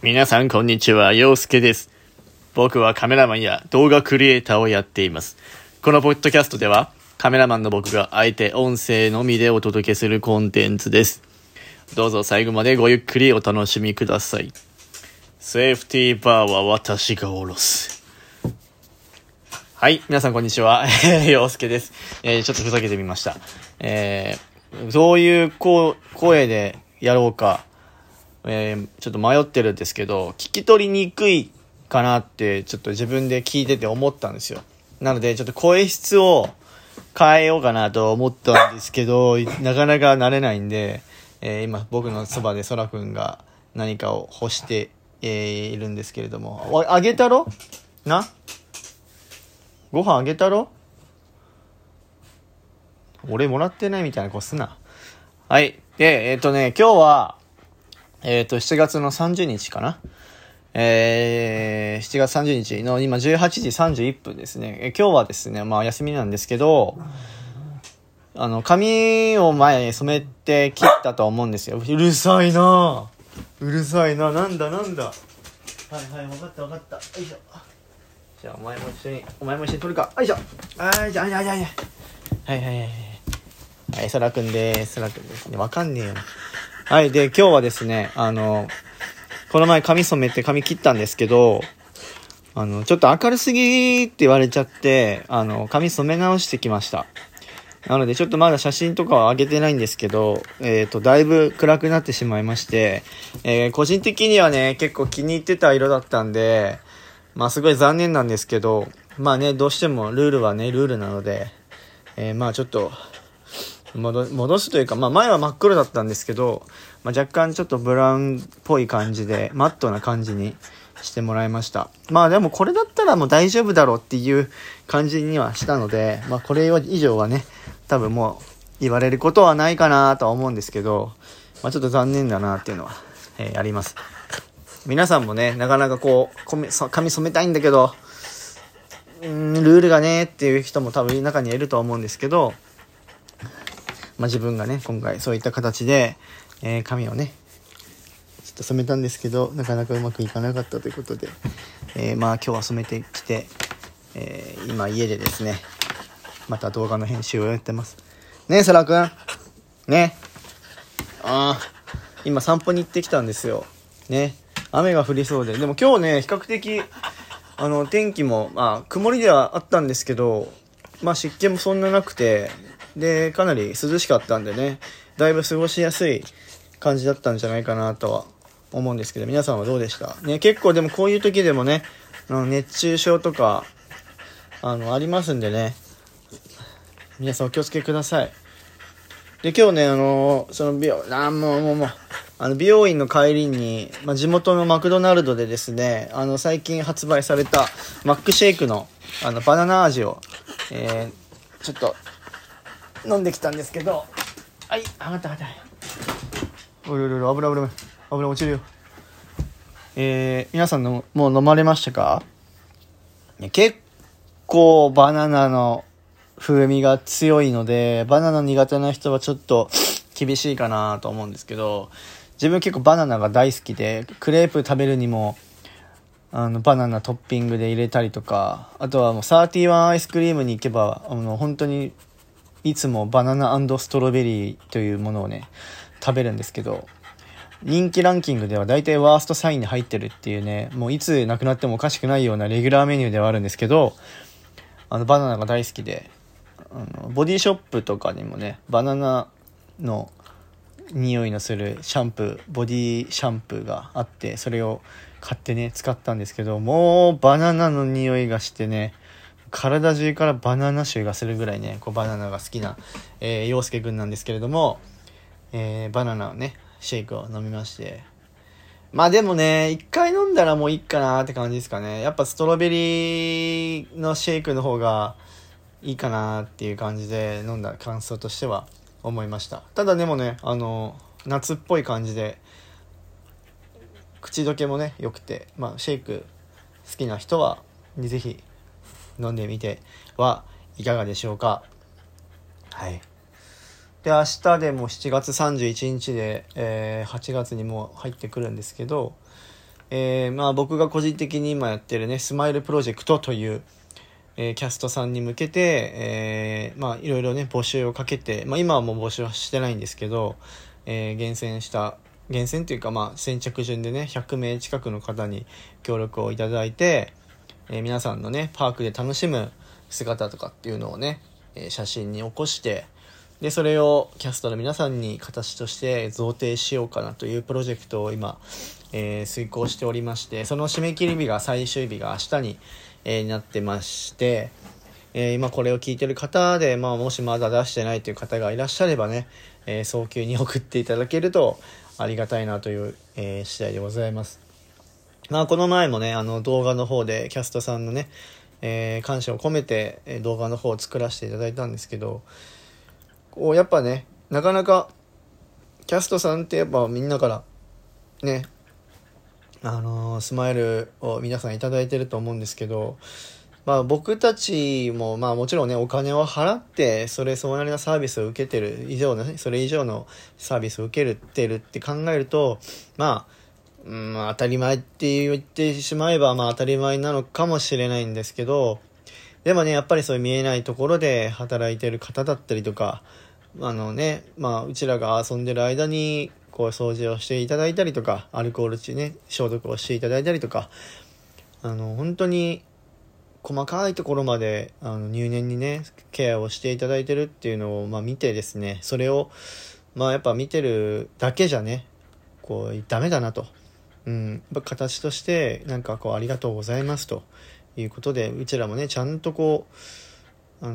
皆さんこんにちは、陽介です。僕はカメラマンや動画クリエイターをやっています。このポッドキャストではカメラマンの僕があえて音声のみでお届けするコンテンツです。どうぞ最後までごゆっくりお楽しみください。セーフティーバーは私が下ろす。はい、皆さんこんにちは、陽介です。ちょっとふざけてみました。どういう声でやろうか。ちょっと迷ってるんですけど、聞き取りにくいかなってちょっと自分で聞いてて思ったんですよ。なのでちょっと声質を変えようかなと思ったんですけど、なかなか慣れないんで、今僕のそばでそらくんが何かを欲して、いるんですけれども、あげたろな、ご飯あげたろ、俺もらってないみたいな子すな。はい。で、今日は7月の30日かな、7月30日の今18時31分ですね。今日はですね、まあ休みなんですけど、髪を前染めて切ったと思うんですよ。うるさいな、なんだ。はい、分かった。よいしょ。じゃあお前も一緒に撮るか。よいしょ。はい、じゃあはい、そらくんですね。わかんねえよ。はい、で今日はですね、この前髪染めて髪切ったんですけど、ちょっと明るすぎって言われちゃって、髪染め直してきました。なのでちょっとまだ写真とかは上げてないんですけど、だいぶ暗くなってしまいまして、個人的にはね、結構気に入ってた色だったんで、まあすごい残念なんですけど、まあね、どうしてもルールなので、まあちょっと、戻すというか、まあ前は真っ黒だったんですけど、まあ若干ちょっとブラウンっぽい感じで、マットな感じにしてもらいました。まあでもこれだったらもう大丈夫だろうっていう感じにはしたので、まあこれ以上はね、多分もう言われることはないかなとは思うんですけど、まあちょっと残念だなっていうのは、あります。皆さんもね、なかなかこう、髪染めたいんだけど、ルールがねっていう人も多分中にはいると思うんですけど、まあ、自分がね今回そういった形で、髪をねちょっと染めたんですけど、なかなかうまくいかなかったということで、まあ今日は染めてきて、今家でですねまた動画の編集をやってますね。そらくんね、今散歩に行ってきたんですよね。雨が降りそうで、でも今日ね比較的天気もまあ曇りではあったんですけど、まあ湿気もそんななくて、でかなり涼しかったんでね、だいぶ過ごしやすい感じだったんじゃないかなとは思うんですけど、皆さんはどうでしたね。結構でもこういう時でもね、熱中症とかありますんでね、皆さんお気をつけください。で今日ねその美容院の帰りに、まあ、地元のマクドナルドでですね、最近発売されたマックシェイクのバナナ味を、ちょっと飲んできたんですけど、はい、上がった。おい油落ちるよ。皆さんのもう飲まれましたか？結構バナナの風味が強いので、バナナ苦手な人はちょっと厳しいかなと思うんですけど、自分結構バナナが大好きで、クレープ食べるにもバナナトッピングで入れたりとか、あとはもう31アイスクリームに行けば本当にいつもバナナ&ストロベリーというものをね食べるんですけど、人気ランキングでは大体ワースト3位に入ってるっていうね、もういつなくなってもおかしくないようなレギュラーメニューではあるんですけど、バナナが大好きで、ボディショップとかにもねバナナの匂いのするシャンプー、ボディシャンプーがあって、それを買ってね使ったんですけど、もうバナナの匂いがしてね、体中からバナナ臭がするぐらいね、こうバナナが好きな、陽介くんなんですけれども、バナナをねシェイクを飲みまして、まあでもね一回飲んだらもういいかなって感じですかね。やっぱストロベリーのシェイクの方がいいかなっていう感じで飲んだ感想としては思いました。ただでもね夏っぽい感じで口どけもね良くて、まあシェイク好きな人はぜひ飲んでみてはいかがでしょうか。はい。で明日でも7月31日で、8月にもう入ってくるんですけど、 まあ僕が個人的に今やってるね、スマイルプロジェクトという、キャストさんに向けて、まあいろいろね、募集をかけて、まあ今はもう募集はしてないんですけど、厳選というかまあ先着順でね、100名近くの方に協力をいただいて、皆さんのね、パークで楽しむ姿とかっていうのをね、写真に起こして、でそれをキャストの皆さんに形として贈呈しようかなというプロジェクトを今、遂行しておりまして、その締め切り日が最終日が明日に、なってまして、今これを聞いてる方で、まあ、もしまだ出してないという方がいらっしゃればね、早急に送っていただけるとありがたいなという、次第でございます。まあこの前もね、動画の方でキャストさんのね、感謝を込めて動画の方を作らせていただいたんですけど、こうやっぱね、なかなかキャストさんってやっぱみんなからね、スマイルを皆さんいただいてると思うんですけど、まあ僕たちもまあもちろんね、お金を払ってそれなりのサービスを受けてる以上のね、それ以上のサービスを受けてるって考えると、まあ当たり前って言ってしまえばまあ当たり前なのかもしれないんですけど、でもね、やっぱりそういう見えないところで働いてる方だったりとか、まあうちらが遊んでる間にこう掃除をしていただいたりとか、アルコールね、消毒をしていただいたりとか、本当に細かいところまで入念にねケアをしていただいてるっていうのをまあ見てですね、それをまあやっぱ見てるだけじゃね、こうダメだなと、やっぱ形としてなんかこうありがとうございますということで、うちらもねちゃんとこう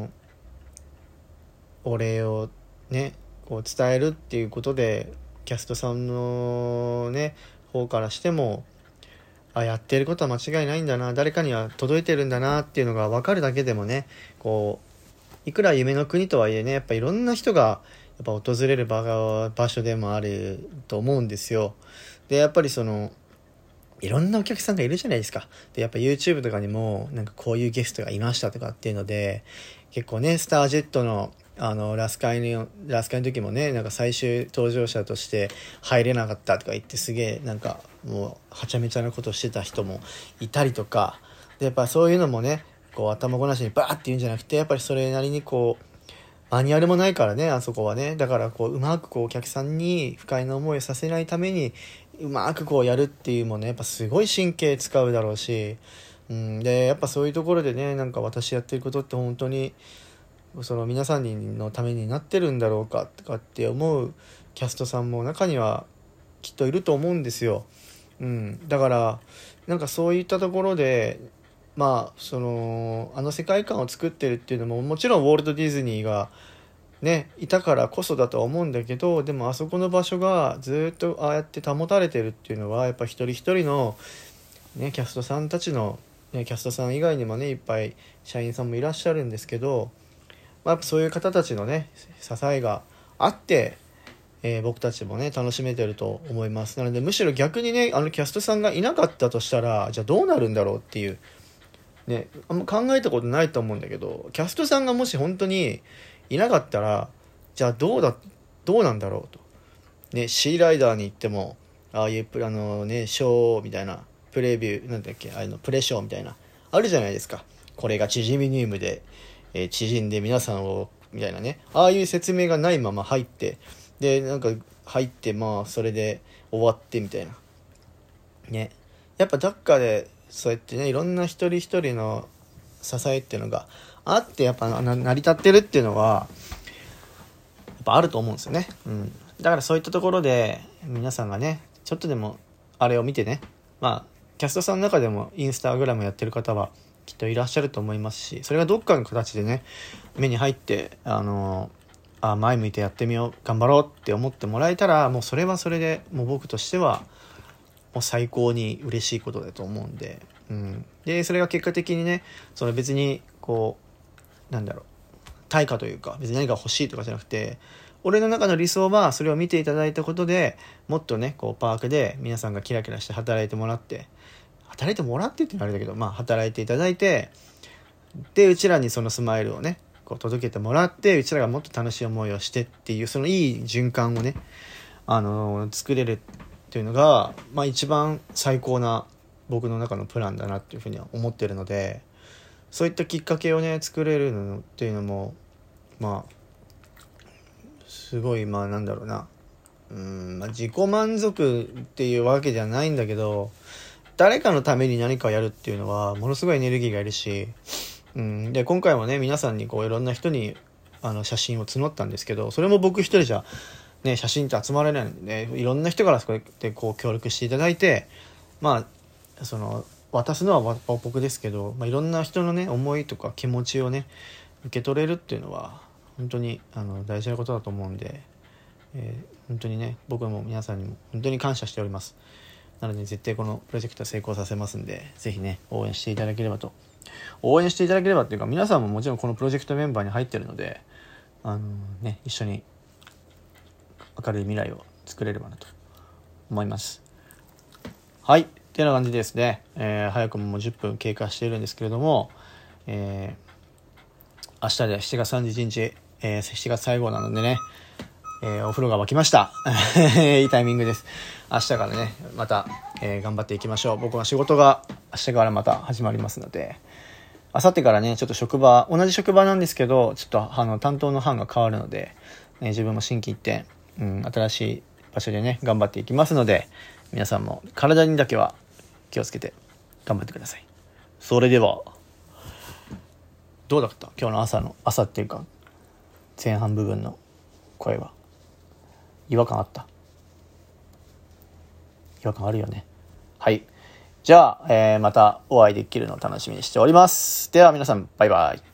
お礼をねこう伝えるっていうことで、キャストさんのね方からしても、やってることは間違いないんだな、誰かには届いてるんだなっていうのが分かるだけでもね、こういくら夢の国とはいえね、やっぱいろんな人がやっぱ訪れる場所でもあると思うんですよ。でやっぱりいろんなお客さんがいるじゃないですか。でやっぱ YouTube とかにもなんかこういうゲストがいましたとかっていうので、結構ねスタージェットのラスカイの時もね、なんか最終登場者として入れなかったとか言って、すげえなんかもうはちゃめちゃなことしてた人もいたりとかで、やっぱそういうのもねこう頭ごなしにバーって言うんじゃなくて、やっぱりそれなりにこうマニュアルもないからね、あそこはね。だからこううまくこうお客さんに不快な思いをさせないためにうまくこうやるっていうもね、やっぱすごい神経使うだろうし、でやっぱそういうところでね、なんか私やってることって本当にその皆さんのためになってるんだろうかとかって思うキャストさんも中にはきっといると思うんですよ。だからなんかそういったところでまあ世界観を作ってるっていうのももちろんウォルト・ディズニーがねいたからこそだとは思うんだけど、でもあそこの場所がずっとああやって保たれてるっていうのはやっぱ一人一人のねキャストさんたちの、ね、キャストさん以外にもねいっぱい社員さんもいらっしゃるんですけど、やっぱそういう方たちのね支えがあって、僕たちもね楽しめてると思います。なのでむしろ逆にねキャストさんがいなかったとしたらじゃあどうなるんだろうっていうね、あんま考えたことないと思うんだけど、キャストさんがもし本当にいなかったらじゃあどうなんだろうとね、シーライダーに行ってもああいうショーみたいなプレビューなんだっけプレショーみたいなあるじゃないですか。これが縮みニウムで縮んで皆さんをみたいなね、ああいう説明がないまま入ってでなんか入ってまあそれで終わってみたいなね、やっぱどっかでそうやってねいろんな一人一人の支えっていうのがあってやっぱ成り立ってるっていうのはやっぱあると思うんですよね。だからそういったところで皆さんがねちょっとでもあれを見てね、まあキャストさんの中でもインスタグラムやってる方はきっといらっしゃると思いますし、それがどっかの形でね目に入って前向いてやってみよう頑張ろうって思ってもらえたら、もうそれはそれでもう僕としてはもう最高に嬉しいことだと思うんで、でそれが結果的にね別にこう対価というか別に何か欲しいとかじゃなくて、俺の中の理想はそれを見ていただいたことでもっとねこうパークで皆さんがキラキラして働いてもらってってあれだけど、働いていただいて、でうちらにそのスマイルをねこう届けてもらって、うちらがもっと楽しい思いをしてっていうそのいい循環をね作れるっていうのが、まあ一番最高な僕の中のプランだなっていうふうには思ってるので、そういったきっかけをね作れるのっていうのもまあすごいなんだろうな、自己満足っていうわけじゃないんだけど、誰かのために何かをやるっていうのはものすごいエネルギーがいるし、で今回もね皆さんにこういろんな人に写真を募ったんですけど、それも僕一人じゃね写真って集まれないので、いろんな人からそこでこう協力していただいて、その渡すのは僕ですけど、いろんな人のね思いとか気持ちをね受け取れるっていうのは本当に大事なことだと思うんで、本当にね僕も皆さんにも本当に感謝しております。なので絶対このプロジェクトは成功させますんで、ぜひね応援していただければっていうか、皆さんももちろんこのプロジェクトメンバーに入ってるので、一緒に明るい未来を作れればなと思います。はい、ってな感じですね。早くももう10分経過しているんですけれども、明日で7月31日、7月最後なのでね、お風呂が沸きました。いいタイミングです。明日からねまた、頑張っていきましょう。僕は仕事が明日からまた始まりますので、明後日からねちょっと同じ職場なんですけど、ちょっと担当の班が変わるので、自分も心機一転、新しい場所でね頑張っていきますので、皆さんも体にだけは気をつけて頑張ってください。それではどうだった今日の朝っていうか前半部分の声は。違和感あるよね。はい、じゃあ、またお会いできるのを楽しみにしております。では皆さんバイバイ。